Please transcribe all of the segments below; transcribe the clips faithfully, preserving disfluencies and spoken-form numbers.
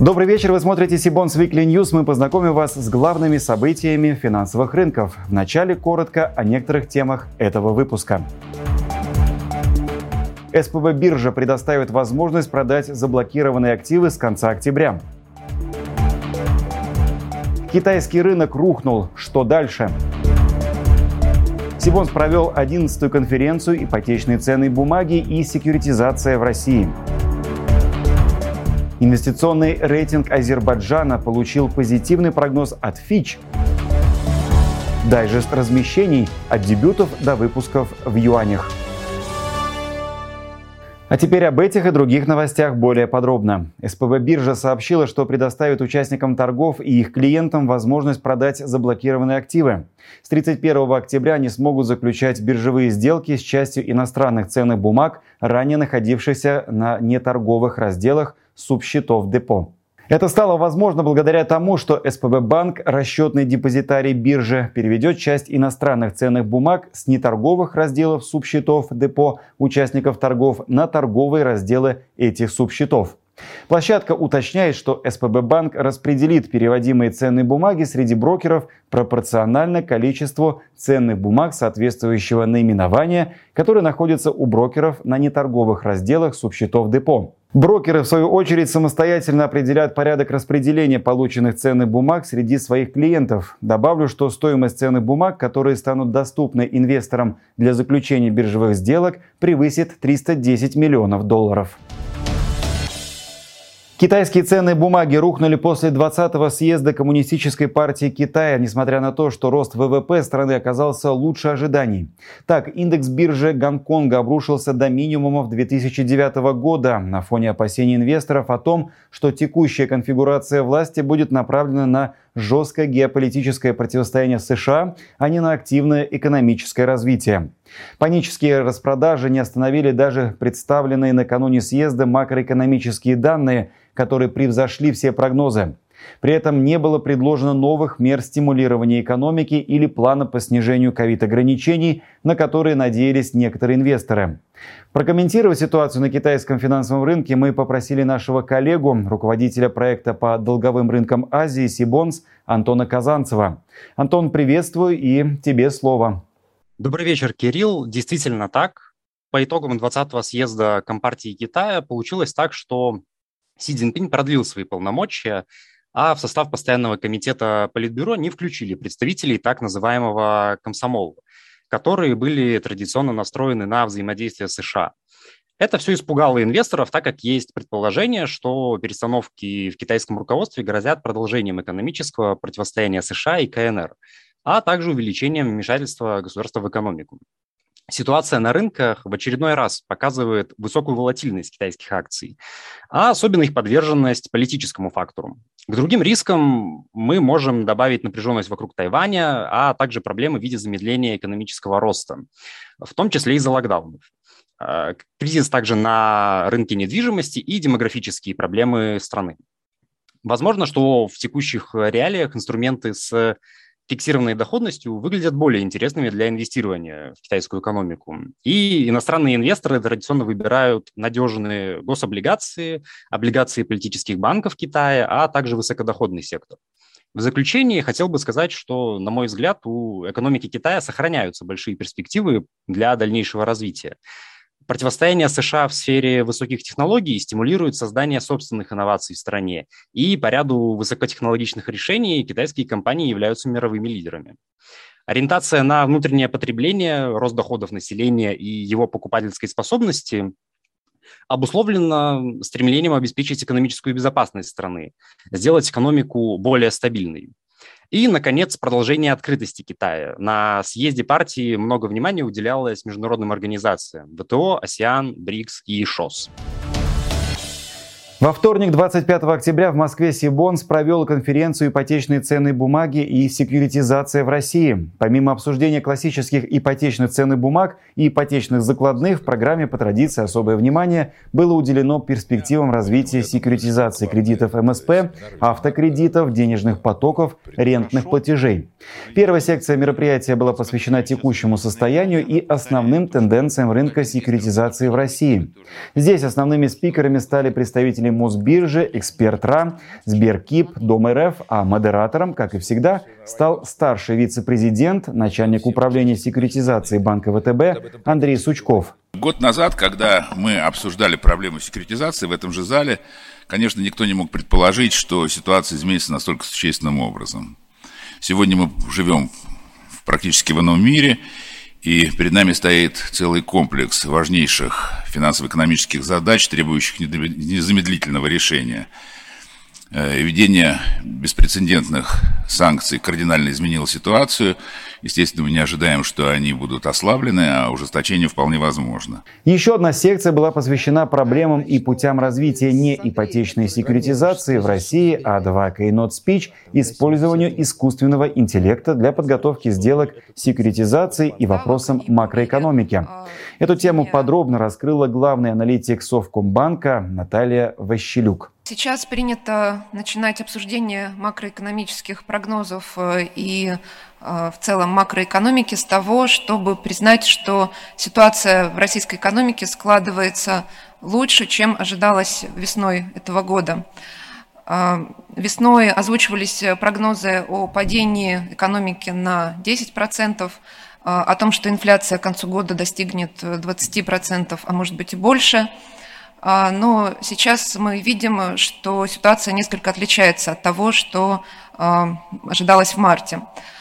Добрый вечер, вы смотрите Сибонс Weekly News. Мы познакомим вас с главными событиями финансовых рынков. Вначале коротко о некоторых темах этого выпуска. эс пэ бэ биржа предоставит возможность продать заблокированные активы с конца октября. Китайский рынок рухнул. Что дальше? Сибонс провел одиннадцатую конференцию «Ипотечные ценные бумаги и секьюритизация в России». Инвестиционный рейтинг Азербайджана получил позитивный прогноз от Fitch. Дайджест размещений от дебютов до выпусков в юанях. А теперь об этих и других новостях более подробно. эс пэ бэ биржа сообщила, что предоставит участникам торгов и их клиентам возможность продать заблокированные активы. С тридцать первого октября они смогут заключать биржевые сделки с частью иностранных ценных бумаг, ранее находившихся на неторговых разделах субсчетов депо. Это стало возможно благодаря тому, что эс пэ бэ банк, расчетный депозитарий биржи, переведет часть иностранных ценных бумаг с неторговых разделов субсчетов депо участников торгов на торговые разделы этих субсчетов. Площадка уточняет, что эс пэ бэ банк распределит переводимые ценные бумаги среди брокеров пропорционально количеству ценных бумаг соответствующего наименования, которые находятся у брокеров на неторговых разделах субсчетов депо. Брокеры, в свою очередь, самостоятельно определяют порядок распределения полученных ценных бумаг среди своих клиентов. Добавлю, что стоимость ценных бумаг, которые станут доступны инвесторам для заключения биржевых сделок, превысит триста десять миллионов долларов. Китайские ценные бумаги рухнули после двадцатого съезда Коммунистической партии Китая, несмотря на то, что рост вэ вэ пэ страны оказался лучше ожиданий. Так, индекс биржи Гонконга обрушился до минимумов две тысячи девятого года на фоне опасений инвесторов о том, что текущая конфигурация власти будет направлена на жесткое геополитическое противостояние с США, а не на активное экономическое развитие. Панические распродажи не остановили даже представленные накануне съезда макроэкономические данные, которые превзошли все прогнозы. При этом не было предложено новых мер стимулирования экономики или плана по снижению ковид-ограничений, на которые надеялись некоторые инвесторы. Прокомментировать ситуацию на китайском финансовом рынке мы попросили нашего коллегу, руководителя проекта по долговым рынкам Азии Сибонс Антона Казанцева. Антон, приветствую, и тебе слово. Добрый вечер, Кирилл. Действительно так. По итогам двадцатого съезда Компартии Китая получилось так, что Си Цзиньпинь продлил свои полномочия, а в состав постоянного комитета Политбюро не включили представителей так называемого комсомола, которые были традиционно настроены на взаимодействие с США. Это все испугало инвесторов, так как есть предположение, что перестановки в китайском руководстве грозят продолжением экономического противостояния США и ка эн эр, а также увеличением вмешательства государства в экономику. Ситуация на рынках в очередной раз показывает высокую волатильность китайских акций, а особенно их подверженность политическому фактору. К другим рискам мы можем добавить напряженность вокруг Тайваня, а также проблемы в виде замедления экономического роста, в том числе из-за локдаунов. Кризис также на рынке недвижимости и демографические проблемы страны. Возможно, что в текущих реалиях инструменты с фиксированной доходностью выглядят более интересными для инвестирования в китайскую экономику. И иностранные инвесторы традиционно выбирают надежные гособлигации, облигации политических банков Китая, а также высокодоходный сектор. В заключение хотел бы сказать, что, на мой взгляд, у экономики Китая сохраняются большие перспективы для дальнейшего развития. Противостояние США в сфере высоких технологий стимулирует создание собственных инноваций в стране, и по ряду высокотехнологичных решений китайские компании являются мировыми лидерами. Ориентация на внутреннее потребление, рост доходов населения и его покупательской способности обусловлена стремлением обеспечить экономическую безопасность страны, сделать экономику более стабильной. И, наконец, продолжение открытости Китая. На съезде партии много внимания уделялось международным организациям вэ тэ о, АСЕАН, брикс и ШОС. Во вторник, двадцать пятого октября, в Москве Сибонс провел конференцию «Ипотечные ценные бумаги и секьюритизация в России». Помимо обсуждения классических ипотечных ценных бумаг и ипотечных закладных, в программе по традиции особое внимание было уделено перспективам развития секьюритизации кредитов эм эс пэ, автокредитов, денежных потоков, рентных платежей. Первая секция мероприятия была посвящена текущему состоянию и основным тенденциям рынка секьюритизации в России. Здесь основными спикерами стали представители Мосбиржи, Эксперт.РА, Сберкип, Дом.РФ, а модератором, как и всегда, стал старший вице-президент, начальник управления секьюритизации банка ВТБ Андрей Сучков. Год назад, когда мы обсуждали проблему секьюритизации в этом же зале, конечно, никто не мог предположить, что ситуация изменится настолько существенным образом. Сегодня мы живем практически в ином мире, и перед нами стоит целый комплекс важнейших финансово-экономических задач, требующих незамедлительного решения. Введение беспрецедентных санкций кардинально изменило ситуацию. Естественно, мы не ожидаем, что они будут ослаблены, а ужесточение вполне возможно. Еще одна секция была посвящена проблемам и путям развития неипотечной секьюритизации в России, а два Keynote Speech – использованию искусственного интеллекта для подготовки сделок секьюритизации и вопросам макроэкономики. Эту тему подробно раскрыла главный аналитик Совкомбанка Наталья Ващелюк. Сейчас принято начинать обсуждение макроэкономических прогнозов и в целом макроэкономики с того, чтобы признать, что ситуация в российской экономике складывается лучше, чем ожидалось весной этого года. Весной озвучивались прогнозы о падении экономики на десять процентов, о том, что инфляция к концу года достигнет двадцать процентов, а может быть и больше. Но сейчас мы видим, что ситуация несколько отличается от того, что ожидалось в марте.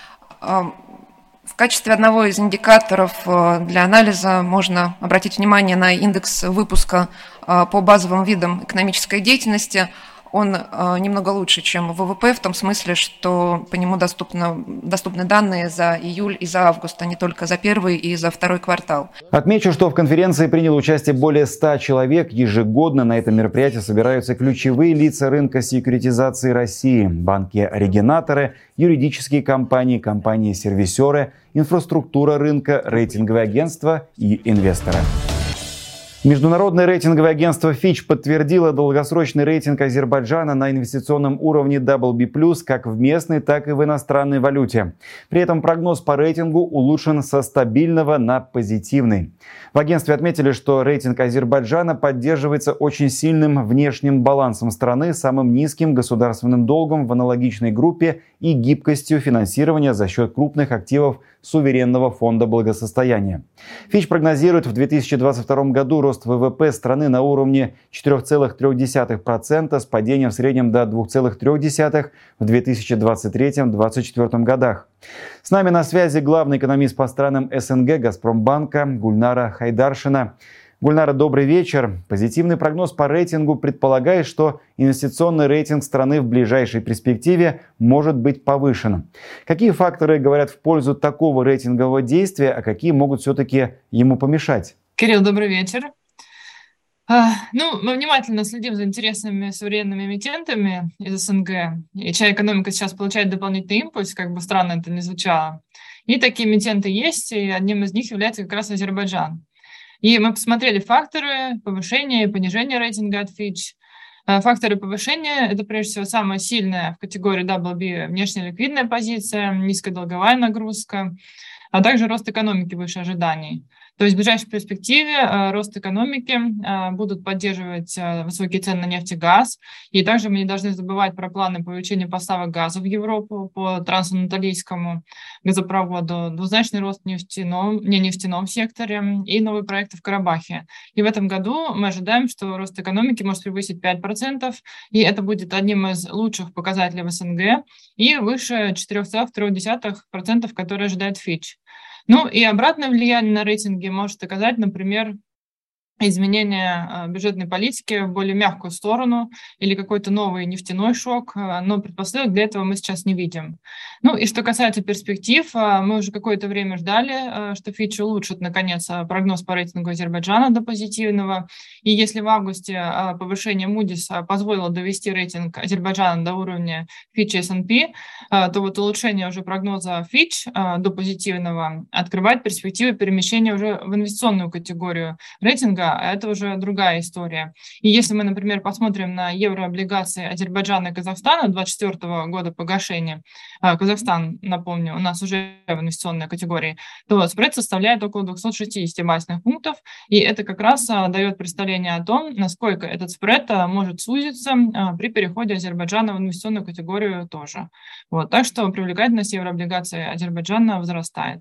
В качестве одного из индикаторов для анализа можно обратить внимание на индекс выпуска по базовым видам экономической деятельности. Он немного лучше, чем ВВП, в том смысле, что по нему доступно, доступны данные за июль и за август, а не только за первый и за второй квартал. Отмечу, что в конференции приняло участие более ста человек. Ежегодно на этом мероприятии собираются ключевые лица рынка секьюритизации России: банки-оригинаторы, юридические компании, компании-сервисеры, инфраструктура рынка, рейтинговые агентства и инвесторы. Международное рейтинговое агентство Fitch подтвердило долгосрочный рейтинг Азербайджана на инвестиционном уровне дабл би плюс как в местной, так и в иностранной валюте. При этом прогноз по рейтингу улучшен со стабильного на позитивный. В агентстве отметили, что рейтинг Азербайджана поддерживается очень сильным внешним балансом страны, самым низким государственным долгом в аналогичной группе и гибкостью финансирования за счет крупных активов суверенного фонда благосостояния. Fitch прогнозирует в две тысячи двадцать втором году рост ВВП страны на уровне четыре целых три десятых процента с падением в среднем до два целых три десятых процента в две тысячи двадцать третьем — две тысячи двадцать четвёртом годах. С нами на связи главный экономист по странам СНГ Газпромбанка Гульнара Хайдаршина. Гульнара, добрый вечер. Позитивный прогноз по рейтингу предполагает, что инвестиционный рейтинг страны в ближайшей перспективе может быть повышен. Какие факторы говорят в пользу такого рейтингового действия, а какие могут все-таки ему помешать? Кирилл, добрый вечер. Ну, мы внимательно следим за интересными современными эмитентами из СНГ, и чья экономика сейчас получает дополнительный импульс, как бы странно это ни звучало. И такие эмитенты есть, и одним из них является как раз Азербайджан. И мы посмотрели факторы повышения и понижения рейтинга от Fitch. Факторы повышения – это, прежде всего, самая сильная в категории дабл би внешняя ликвидная позиция, низкая долговая нагрузка, а также рост экономики выше ожиданий. То есть в ближайшей перспективе э, рост экономики э, будут поддерживать э, высокие цены на нефть и газ. И также мы не должны забывать про планы по увеличению поставок газа в Европу по трансанатолийскому газопроводу, двузначный рост в нефтяном, не нефтяном секторе и новые проекты в Карабахе. И в этом году мы ожидаем, что рост экономики может превысить пять процентов, и это будет одним из лучших показателей в СНГ и выше четыре целых три десятых процента, которые ожидает Fitch. Ну и обратное влияние на рейтинги может оказать, например, изменение бюджетной политики в более мягкую сторону или какой-то новый нефтяной шок, но предпосылок для этого мы сейчас не видим. Ну и что касается перспектив, мы уже какое-то время ждали, что Fitch улучшит, наконец, прогноз по рейтингу Азербайджана до позитивного. И если в августе повышение Moody's позволило довести рейтинг Азербайджана до уровня Fitch и эс энд пи, то вот улучшение уже прогноза Fitch до позитивного открывает перспективы перемещения уже в инвестиционную категорию рейтинга а это уже другая история. И если мы, например, посмотрим на еврооблигации Азербайджана и Казахстана две тысячи двадцать четвёртого года погашения, Казахстан, напомню, у нас уже в инвестиционной категории, то спред составляет около двухсот шестидесяти базисных пунктов, и это как раз дает представление о том, насколько этот спред может сузиться при переходе Азербайджана в инвестиционную категорию тоже. Вот, так что привлекательность еврооблигаций Азербайджана возрастает.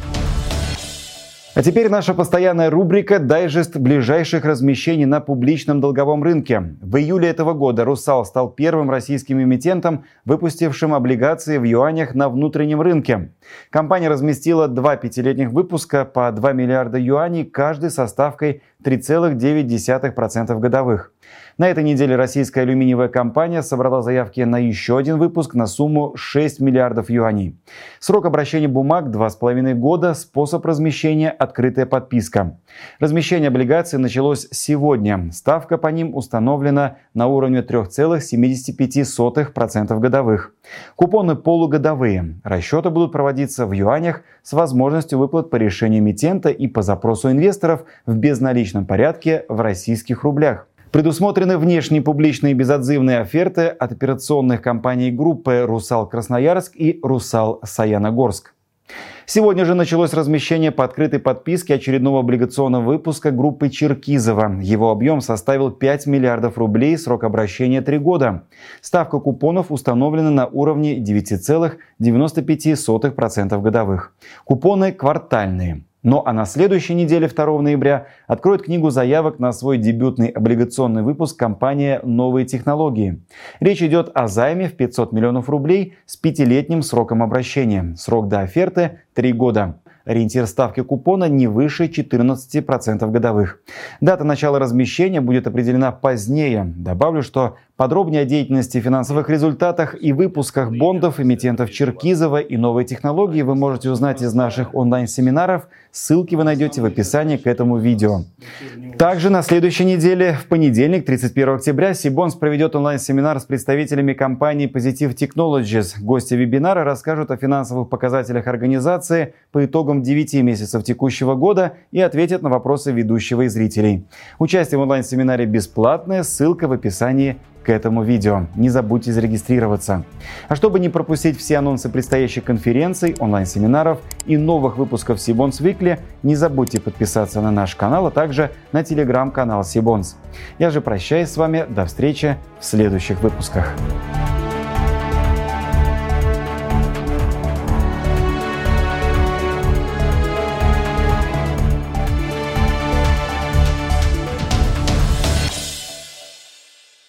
А теперь наша постоянная рубрика «Дайджест ближайших размещений на публичном долговом рынке». В июле этого года «Русал» стал первым российским эмитентом, выпустившим облигации в юанях на внутреннем рынке. Компания разместила два пятилетних выпуска по два миллиарда юаней, каждый со ставкой три целых девять десятых процента годовых. На этой неделе российская алюминиевая компания собрала заявки на еще один выпуск на сумму шесть миллиардов юаней. Срок обращения бумаг – два с половиной года, способ размещения – открытая подписка. Размещение облигаций началось сегодня. Ставка по ним установлена на уровне три целых семьдесят пять сотых процента годовых. Купоны полугодовые. Расчеты будут проводиться в юанях с возможностью выплат по решению эмитента и по запросу инвесторов в безналичном порядке в российских рублях. Предусмотрены внешние публичные безотзывные оферты от операционных компаний группы «Русал Красноярск» и «Русал Саяногорск». Сегодня же началось размещение по открытой подписке очередного облигационного выпуска группы Черкизова. Его объем составил пять миллиардов рублей, срок обращения три года. Ставка купонов установлена на уровне девять целых девяносто пять сотых процента годовых. Купоны квартальные. Ну а на следующей неделе, второго ноября, откроет книгу заявок на свой дебютный облигационный выпуск компания «Новые технологии». Речь идет о займе в пятьсот миллионов рублей с пятилетним сроком обращения. Срок до оферты – три года. Ориентир ставки купона не выше четырнадцати процентов годовых. Дата начала размещения будет определена позднее. Добавлю, что подробнее о деятельности, финансовых результатах и выпусках бондов эмитентов Черкизова и «Новые технологии» вы можете узнать из наших онлайн-семинаров. Ссылки вы найдете в описании к этому видео. Также на следующей неделе, в понедельник, тридцать первого октября, Сибонс проведет онлайн-семинар с представителями компании Positive Technologies. Гости вебинара расскажут о финансовых показателях организации по итогам девяти месяцев текущего года и ответят на вопросы ведущего и зрителей. Участие в онлайн-семинаре бесплатное, ссылка в описании к этому видео. Не забудьте зарегистрироваться. А чтобы не пропустить все анонсы предстоящих конференций, онлайн-семинаров и новых выпусков Сибонс Weekly, не забудьте подписаться на наш канал, а также на телеграм-канал Сибонс. Я же прощаюсь с вами. До встречи в следующих выпусках.